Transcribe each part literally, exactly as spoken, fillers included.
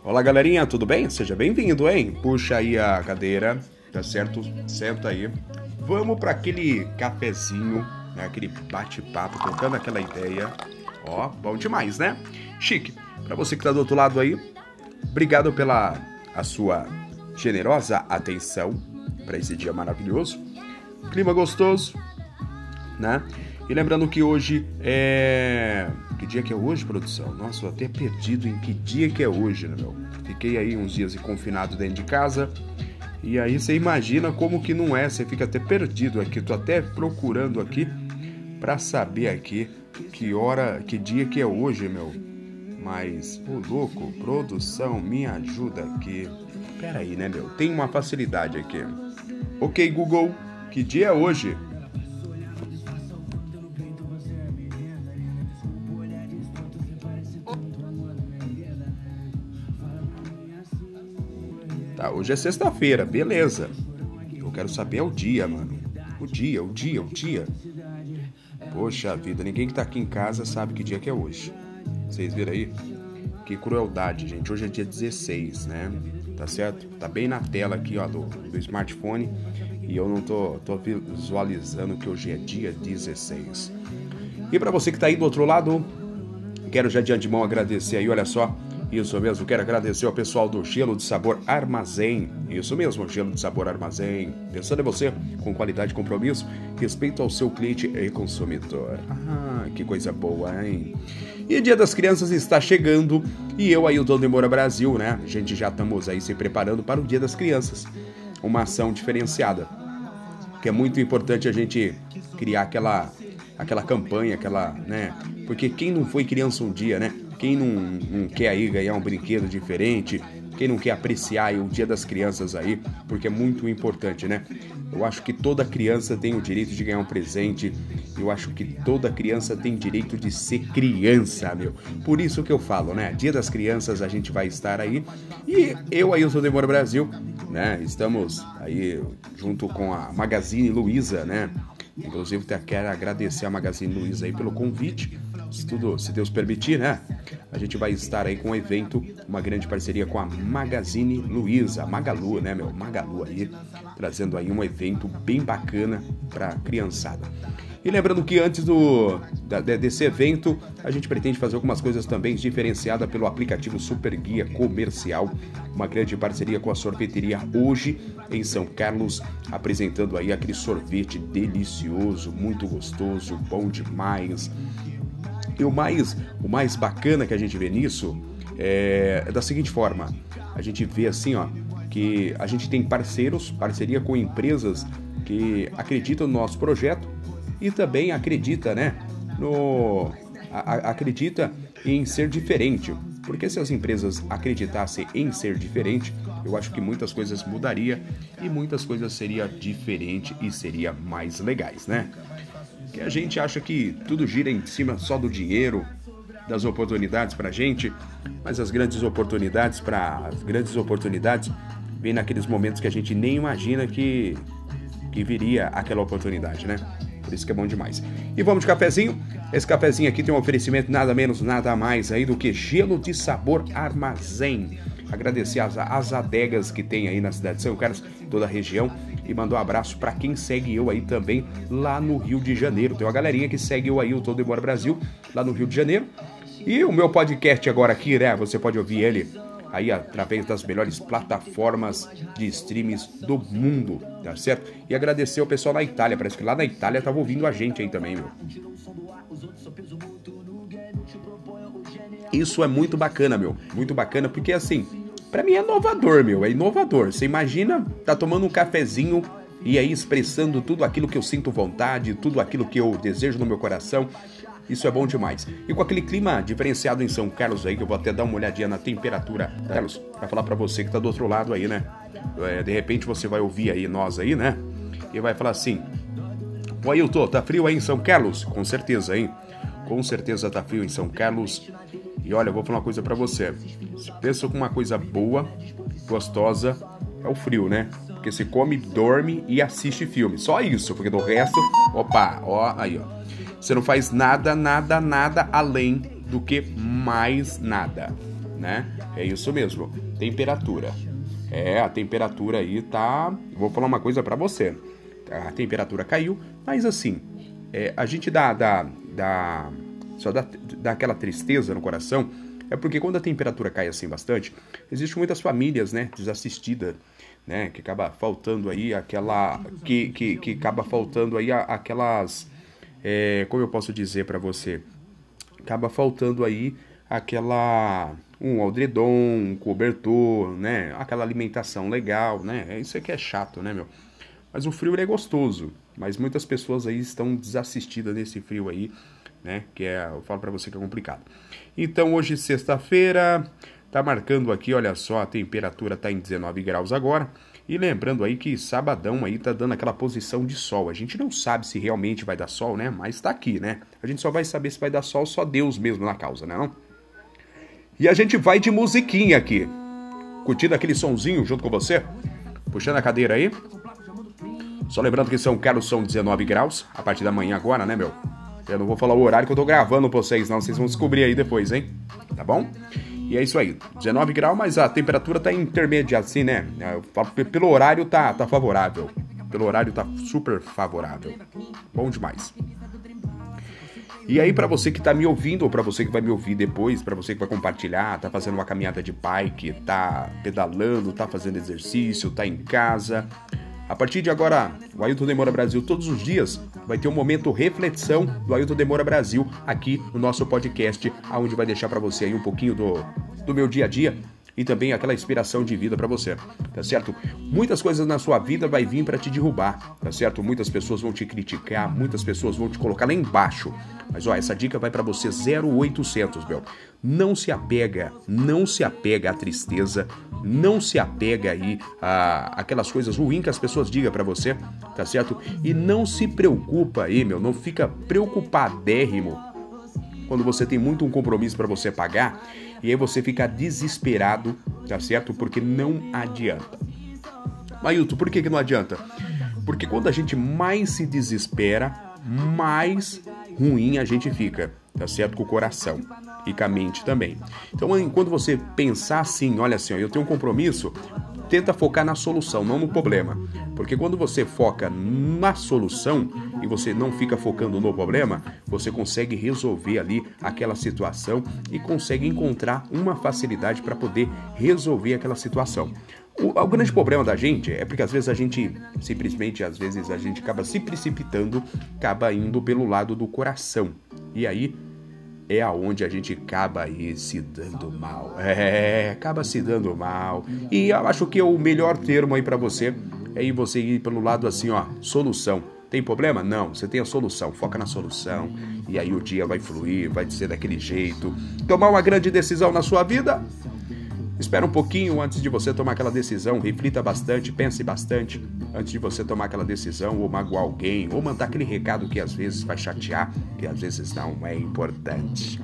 Olá, galerinha, tudo bem? Seja bem-vindo, hein? Puxa aí a cadeira, tá certo? Senta aí. Vamos para aquele cafezinho, né? Aquele bate-papo, trocando aquela ideia. Ó, bom demais, né? Chique. Para você que tá do outro lado aí, obrigado pela a sua generosa atenção para esse dia maravilhoso. Clima gostoso, né? E lembrando que hoje é... Que dia que é hoje, produção? Nossa, eu até perdido em que dia que é hoje, né, meu? Fiquei aí uns dias confinado dentro de casa. E aí você imagina como que não é. Você fica até perdido aqui. Tô até procurando aqui pra saber aqui que hora, que dia que é hoje, meu. Mas, ô louco, produção, me ajuda aqui. Pera aí, né, meu? Tem uma facilidade aqui. Ok, Google, que dia é hoje? Tá, hoje é sexta-feira, beleza. Eu quero saber o dia, mano. O dia, o dia, o dia. Poxa vida, ninguém que tá aqui em casa sabe que dia que é hoje. Vocês viram aí? Que crueldade, gente. Hoje é dia dezesseis, né? Tá certo? Tá bem na tela aqui, ó, do, do smartphone. E eu não tô, tô visualizando que hoje é dia dezesseis. E pra você que tá aí do outro lado, quero já de antemão agradecer aí, olha só. Isso mesmo, quero agradecer ao pessoal do Gelo de Sabor Armazém. Isso mesmo, Gelo de Sabor Armazém. Pensando em você, com qualidade e compromisso, respeito ao seu cliente e consumidor. Ah, que coisa boa, hein? E o Dia das Crianças está chegando e eu aí, o Dono de Moura Brasil, né? A gente já estamos aí se preparando para o Dia das Crianças. Uma ação diferenciada, que é muito importante a gente criar aquela, aquela campanha, aquela, né? Porque quem não foi criança um dia, né? Quem não, não quer aí ganhar um brinquedo diferente, quem não quer apreciar aí o Dia das Crianças aí, porque é muito importante, né? Eu acho que toda criança tem o direito de ganhar um presente, eu acho que toda criança tem direito de ser criança, meu. Por isso que eu falo, né? Dia das Crianças a gente vai estar aí, e eu aí, eu sou o Demora Brasil, né? Estamos aí junto com a Magazine Luiza, né? Inclusive quero agradecer a Magazine Luiza aí pelo convite. Se tudo, se Deus permitir, né? A gente vai estar aí com um evento, uma grande parceria com a Magazine Luiza, Magalu, né, meu? Magalu aí, trazendo aí um evento bem bacana pra criançada. E lembrando que antes do, da, desse evento, a gente pretende fazer algumas coisas também diferenciadas pelo aplicativo Super Guia Comercial, uma grande parceria com a sorveteria Hoje, em São Carlos, apresentando aí aquele sorvete delicioso, muito gostoso, bom demais. E o mais, o mais bacana que a gente vê nisso é, é da seguinte forma, a gente vê assim, ó, que a gente tem parceiros, parceria com empresas que acreditam no nosso projeto e também acredita, né, no, a, a, acredita em ser diferente, porque se as empresas acreditassem em ser diferente, eu acho que muitas coisas mudaria e muitas coisas seria diferente e seria mais legais, né? Que a gente acha que tudo gira em cima só do dinheiro, das oportunidades pra gente, mas as grandes oportunidades para as grandes oportunidades vêm naqueles momentos que a gente nem imagina que que viria aquela oportunidade, né? Por isso que é bom demais. E vamos de cafezinho. Esse cafezinho aqui tem um oferecimento nada menos, nada mais aí do que Gelo de Sabor Armazém. Agradecer as, as adegas que tem aí na cidade de São Carlos, toda a região, e mandar um abraço para quem segue eu aí também lá no Rio de Janeiro. Tem uma galerinha que segue eu aí, o Todo Embora Brasil, lá no Rio de Janeiro. E o meu podcast agora aqui, né? Você pode ouvir ele aí através das melhores plataformas de streams do mundo, tá certo? E agradecer ao pessoal na Itália, parece que lá na Itália tava ouvindo a gente aí também, meu. Isso é muito bacana, meu, muito bacana, porque assim, pra mim é inovador, meu, é inovador. Você imagina, tá tomando um cafezinho e aí expressando tudo aquilo que eu sinto vontade, tudo aquilo que eu desejo no meu coração. Isso é bom demais. E com aquele clima diferenciado em São Carlos aí, que eu vou até dar uma olhadinha na temperatura, Carlos, pra falar pra você que tá do outro lado aí, né? É, de repente você vai ouvir aí nós aí, né? E vai falar assim: Ô Ailton, tá frio aí em São Carlos? Com certeza, hein? Com certeza tá frio em São Carlos. E olha, eu vou falar uma coisa pra você. Se pensa com uma coisa boa, gostosa, é o frio, né? Porque você come, dorme e assiste filme. Só isso, porque do resto, opa, ó, aí, ó. Você não faz nada, nada, nada além do que mais nada. né? É isso mesmo, temperatura. É, a temperatura aí tá... Vou falar uma coisa pra você. A temperatura caiu, mas assim, é, a gente dá, dá, dá, só dá, dá aquela tristeza no coração, é porque quando a temperatura cai assim bastante, existem muitas famílias, né, desassistidas, né, que acaba faltando aí aquela... Que, que, que acaba faltando aí aquelas... É, como eu posso dizer pra você? Acaba faltando aí aquela... um aldredom, um cobertor, né? Aquela alimentação legal, né? Isso aqui é chato, né, meu? Mas o frio ele é gostoso. Mas muitas pessoas aí estão desassistidas nesse frio aí, né? Que é, eu falo pra você que é complicado. Então hoje, sexta-feira, tá marcando aqui, olha só, a temperatura tá em dezenove graus agora. E lembrando aí que sabadão aí tá dando aquela posição de sol. A gente não sabe se realmente vai dar sol, né? Mas tá aqui, né? A gente só vai saber se vai dar sol só Deus mesmo na causa, né? Não? E a gente vai de musiquinha aqui, curtindo aquele sonzinho junto com você, puxando a cadeira aí. Só lembrando que São Carlos são dezenove graus, a partir da manhã agora, né, meu? Eu não vou falar o horário que eu tô gravando pra vocês, não, vocês vão descobrir aí depois, hein? Tá bom? E é isso aí, dezenove graus, mas a temperatura tá intermédia assim, né? Eu falo que pelo horário tá, tá favorável, pelo horário tá super favorável, bom demais. E aí, pra você que tá me ouvindo, ou pra você que vai me ouvir depois, pra você que vai compartilhar, tá fazendo uma caminhada de bike, tá pedalando, tá fazendo exercício, tá em casa. A partir de agora, o Ailton Demora Brasil, todos os dias, vai ter um momento reflexão do Ailton Demora Brasil aqui no nosso podcast, onde vai deixar pra você aí um pouquinho do, do meu dia a dia e também aquela inspiração de vida pra você, tá certo? Muitas coisas na sua vida vai vir pra te derrubar, tá certo? Muitas pessoas vão te criticar, muitas pessoas vão te colocar lá embaixo. Mas ó, essa dica vai pra você zero oitocentos, meu. Não se apega, não se apega à tristeza, não se apega aí a aquelas coisas ruins que as pessoas digam pra você, tá certo? E não se preocupa aí, meu, não fica preocupadérrimo quando você tem muito um compromisso pra você pagar e aí você fica desesperado, tá certo? Porque não adianta. Mailton, por que que não adianta? Porque quando a gente mais se desespera, mais ruim a gente fica, tá certo? Com o coração e com a mente também. Então, quando você pensar assim, olha assim, ó, eu tenho um compromisso, tenta focar na solução, não no problema. Porque quando você foca na solução e você não fica focando no problema, você consegue resolver ali aquela situação e consegue encontrar uma facilidade para poder resolver aquela situação. O, o grande problema da gente é porque às vezes a gente, simplesmente, às vezes a gente acaba se precipitando, acaba indo pelo lado do coração. E aí é aonde a gente acaba aí se dando mal. É, acaba se dando mal. E eu acho que o melhor termo aí pra você é ir você ir pelo lado assim, ó, solução. Tem problema? Não, você tem a solução, foca na solução. E aí o dia vai fluir, vai ser daquele jeito. Tomar uma grande decisão na sua vida? Espera um pouquinho antes de você tomar aquela decisão, reflita bastante, pense bastante antes de você tomar aquela decisão ou magoar alguém, ou mandar aquele recado que às vezes vai chatear, que às vezes não é importante.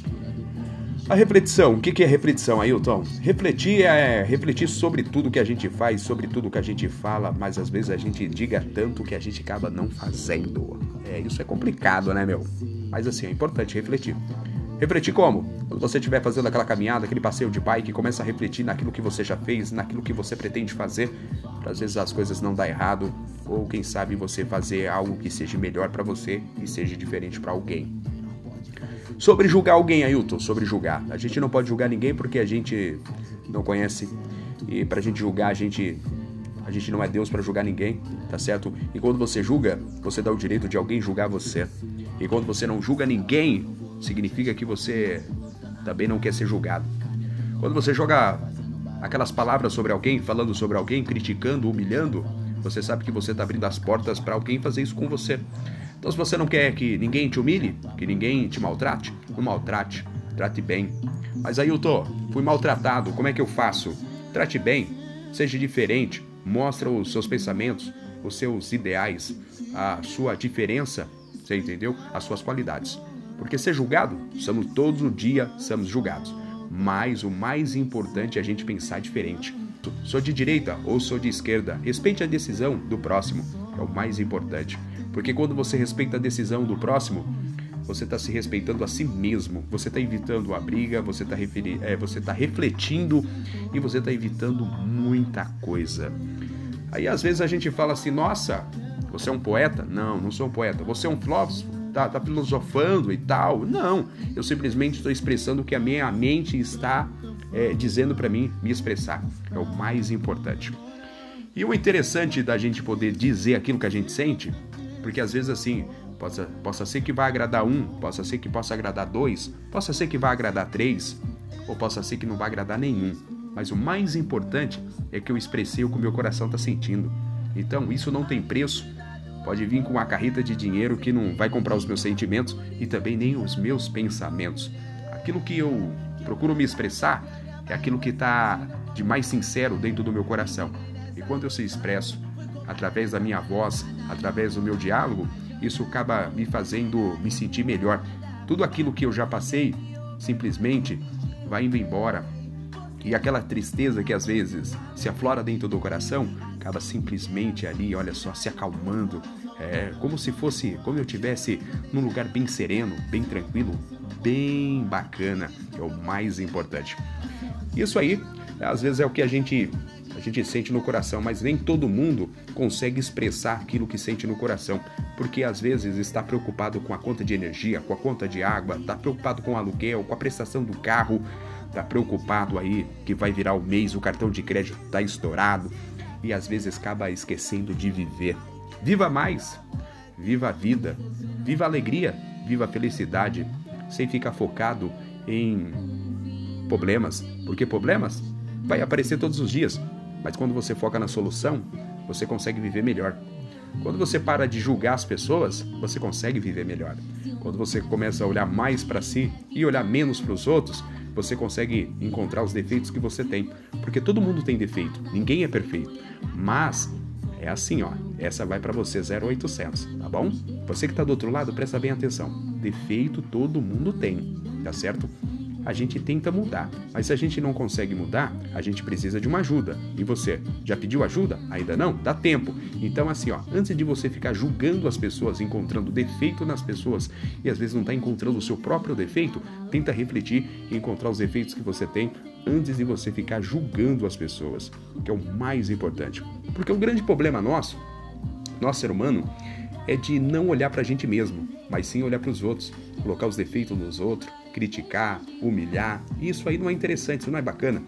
A reflexão, o que é reflexão, Ailton? Refletir é refletir sobre tudo que a gente faz, sobre tudo que a gente fala, mas às vezes a gente diga tanto que a gente acaba não fazendo. É, isso é complicado, né, meu? Mas assim, é importante refletir. Refletir como? Quando você estiver fazendo aquela caminhada, aquele passeio de bike, começa a refletir naquilo que você já fez, naquilo que você pretende fazer, para às vezes as coisas não dar errado, ou quem sabe você fazer algo que seja melhor para você e seja diferente para alguém. Sobre julgar alguém, Ailton, sobre julgar. A gente não pode julgar ninguém porque a gente não conhece, e pra gente julgar, a gente... A gente não é Deus para julgar ninguém, tá certo? E quando você julga, você dá o direito de alguém julgar você. E quando você não julga ninguém, significa que você também não quer ser julgado. Quando você joga aquelas palavras sobre alguém, falando sobre alguém, criticando, humilhando, você sabe que você está abrindo as portas para alguém fazer isso com você. Então, se você não quer que ninguém te humilhe, que ninguém te maltrate, não maltrate, trate bem. Mas aí eu tô, fui maltratado, como é que eu faço? Trate bem, seja diferente, mostra os seus pensamentos, os seus ideais, a sua diferença, você entendeu? As suas qualidades. Porque ser julgado, somos todos os dias somos julgados. Mas o mais importante é a gente pensar diferente. Sou de direita ou sou de esquerda? Respeite a decisão do próximo, é o mais importante. Porque quando você respeita a decisão do próximo, você está se respeitando a si mesmo, você está evitando a briga, você está é, você tá refletindo e você está evitando muita coisa. Aí às vezes a gente fala assim, nossa, você é um poeta? Não, não sou um poeta. Você é um filósofo? Tá, tá filosofando e tal? Não, eu simplesmente estou expressando o que a minha mente está é, dizendo para mim me expressar. É o mais importante. E o interessante da gente poder dizer aquilo que a gente sente, porque às vezes assim, possa, possa ser que vá agradar um, possa ser que possa agradar dois, possa ser que vá agradar três, ou possa ser que não vá agradar nenhum. Mas o mais importante é que eu expressei o que o meu coração está sentindo. Então, isso não tem preço. Pode vir com uma carreta de dinheiro que não vai comprar os meus sentimentos e também nem os meus pensamentos. Aquilo que eu procuro me expressar é aquilo que está de mais sincero dentro do meu coração. E quando eu se expresso através da minha voz, através do meu diálogo, isso acaba me fazendo me sentir melhor. Tudo aquilo que eu já passei simplesmente vai indo embora. E aquela tristeza que às vezes se aflora dentro do coração acaba simplesmente ali, olha só, se acalmando. É como se fosse, como eu estivesse num lugar bem sereno, bem tranquilo, bem bacana, que é o mais importante. Isso aí, às vezes é o que a gente, a gente sente no coração, mas nem todo mundo consegue expressar aquilo que sente no coração, porque às vezes está preocupado com a conta de energia, com a conta de água, está preocupado com o aluguel, com a prestação do carro, está preocupado aí que vai virar o mês, o cartão de crédito está estourado e às vezes acaba esquecendo de viver. Viva mais, viva a vida, viva a alegria, viva a felicidade, sem ficar focado em problemas, porque problemas vai aparecer todos os dias, mas quando você foca na solução, você consegue viver melhor. Quando você para de julgar as pessoas, você consegue viver melhor. Quando você começa a olhar mais para si e olhar menos para os outros, você consegue encontrar os defeitos que você tem. Porque todo mundo tem defeito, ninguém é perfeito. Mas é assim, ó, essa vai para você zero oitocentos, tá bom? Você que tá do outro lado, presta bem atenção. Defeito todo mundo tem, tá certo? A gente tenta mudar, mas se a gente não consegue mudar, a gente precisa de uma ajuda. E você, já pediu ajuda? Ainda não? Dá tempo. Então assim, ó, antes de você ficar julgando as pessoas, encontrando defeito nas pessoas e às vezes não tá encontrando o seu próprio defeito, tenta refletir e encontrar os defeitos que você tem antes de você ficar julgando as pessoas, que é o mais importante. Porque o grande problema nosso, nosso ser humano, é de não olhar pra gente mesmo, mas sim olhar pros outros, colocar os defeitos nos outros, criticar, humilhar. Isso aí não é interessante, isso não é bacana.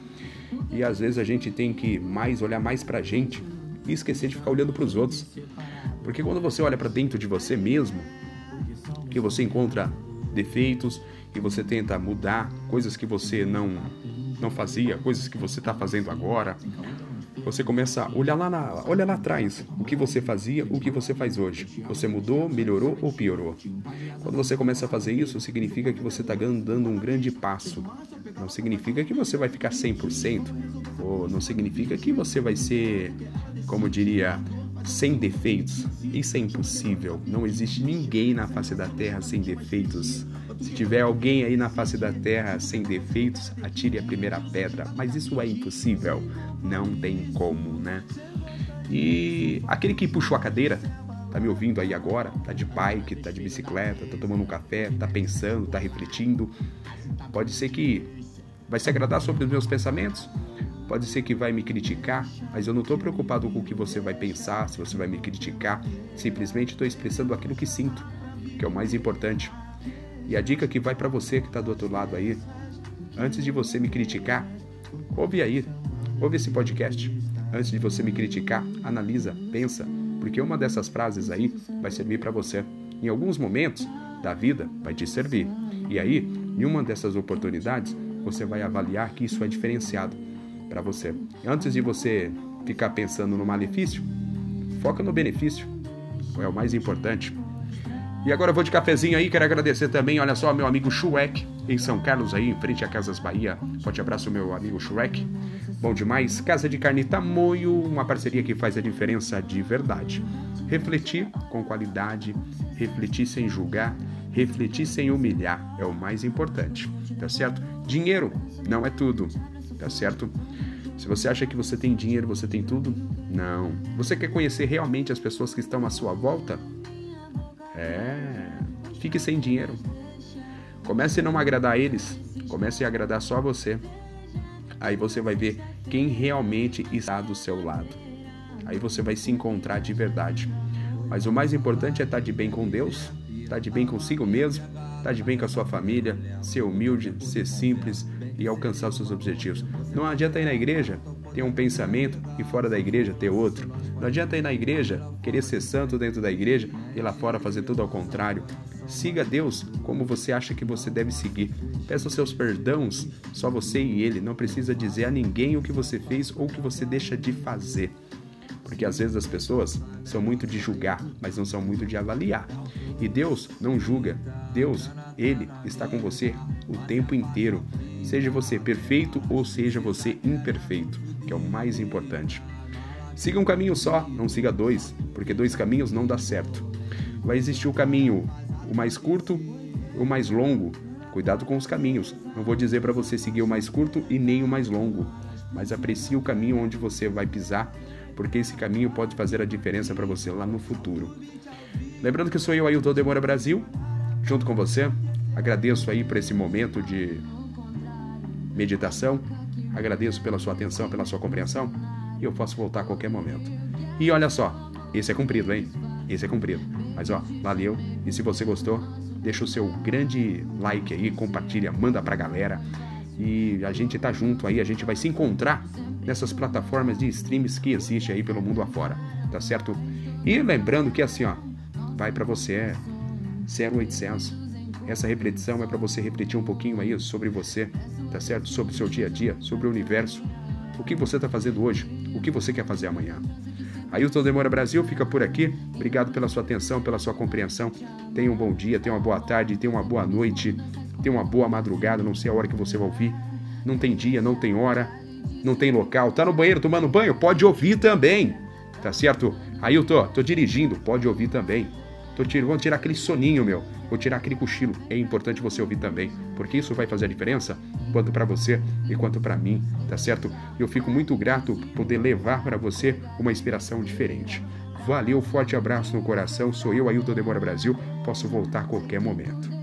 E às vezes a gente tem que mais olhar mais pra gente e esquecer de ficar olhando pros outros. Porque quando você olha pra dentro de você mesmo, que você encontra defeitos e você tenta mudar coisas que você não, não fazia, coisas que você está fazendo agora, você começa a olhar lá, na, olha lá atrás o que você fazia, o que você faz hoje. Você mudou, melhorou ou piorou? Quando você começa a fazer isso, significa que você está dando um grande passo. Não significa que você vai ficar cem por cento, ou não significa que você vai ser, como diria, sem defeitos. Isso é impossível. Não existe ninguém na face da Terra sem defeitos. Se tiver alguém aí na face da Terra sem defeitos, atire a primeira pedra. Mas isso é impossível. Não tem como, né? E aquele que puxou a cadeira, tá me ouvindo aí agora, tá de bike, tá de bicicleta, tá tomando um café, tá pensando, tá refletindo. Pode ser que vai se agradar sobre os meus pensamentos, pode ser que vai me criticar, mas eu não estou preocupado com o que você vai pensar, se você vai me criticar. Simplesmente estou expressando aquilo que sinto, que é o mais importante. E a dica que vai para você que está do outro lado aí, antes de você me criticar, ouve aí, ouve esse podcast. Antes de você me criticar, analisa, pensa, porque uma dessas frases aí vai servir para você. Em alguns momentos da vida vai te servir. E aí, em uma dessas oportunidades, você vai avaliar que isso é diferenciado para você. Antes de você ficar pensando no malefício, foca no benefício, é o mais importante. E agora eu vou de cafezinho aí, quero agradecer também, olha só, meu amigo Shrek, em São Carlos aí, em frente a Casas Bahia. Forte abraço, meu amigo Shrek. Bom demais. Casa de Carne Tamoio, uma parceria que faz a diferença de verdade. Refletir com qualidade, refletir sem julgar, refletir sem humilhar, é o mais importante, tá certo? Dinheiro não é tudo, tá certo? Se você acha que você tem dinheiro, você tem tudo, não. Você quer conhecer realmente as pessoas que estão à sua volta? É, fique sem dinheiro, Comece a não agradar eles, comece a agradar só a você. Aí você vai ver quem realmente está do seu lado. Aí você vai se encontrar de verdade. Mas o mais importante é estar de bem com Deus, estar de bem consigo mesmo, estar de bem com a sua família, ser humilde, ser simples e alcançar os seus objetivos. Não adianta ir na igreja, ter um pensamento e fora da igreja ter outro. Não adianta ir na igreja, querer ser santo dentro da igreja e lá fora fazer tudo ao contrário. Siga Deus como você acha que você deve seguir. Peça os seus perdões, só você e Ele. Não precisa dizer a ninguém o que você fez ou o que você deixa de fazer. Porque às vezes as pessoas são muito de julgar, mas não são muito de avaliar. E Deus não julga. Deus, Ele está com você o tempo inteiro. Seja você perfeito ou seja você imperfeito, que é o mais importante. Siga um caminho só, não siga dois, porque dois caminhos não dá certo. Vai existir o caminho, o mais curto e o mais longo. Cuidado com os caminhos. Não vou dizer para você seguir o mais curto e nem o mais longo, mas aprecie o caminho onde você vai pisar, porque esse caminho pode fazer a diferença para você lá no futuro. Lembrando que sou eu, Ailton Demora Brasil, junto com você. Agradeço aí por esse momento de meditação. Agradeço pela sua atenção, pela sua compreensão. E eu posso voltar a qualquer momento. E olha só, esse é comprido, hein? Esse é comprido. Mas ó, valeu. E se você gostou, deixa o seu grande like aí, compartilha, manda pra galera. E a gente tá junto aí, a gente vai se encontrar nessas plataformas de streams que existem aí pelo mundo afora, tá certo? E lembrando que assim, ó, vai pra você zero oitocentos. Essa reflexão é pra você refletir um pouquinho aí sobre você, tá certo? Sobre o seu dia a dia, sobre o universo. O que você tá fazendo hoje? O que você quer fazer amanhã? Ailton Demora Brasil fica por aqui. Obrigado pela sua atenção, pela sua compreensão. Tenha um bom dia, tenha uma boa tarde, tenha uma boa noite, tenha uma boa madrugada. Não sei a hora que você vai ouvir. Não tem dia, não tem hora, não tem local. Tá no banheiro tomando banho? Pode ouvir também. Tá certo? Ailton, tô dirigindo. Pode ouvir também. Tô tirando, vou tirar aquele soninho, meu. Vou tirar aquele cochilo. É importante você ouvir também, porque isso vai fazer a diferença, quanto para você e quanto para mim, tá certo? Eu fico muito grato por poder levar para você uma inspiração diferente. Valeu, forte abraço no coração. Sou eu, Ailton Demora Brasil. Posso voltar a qualquer momento.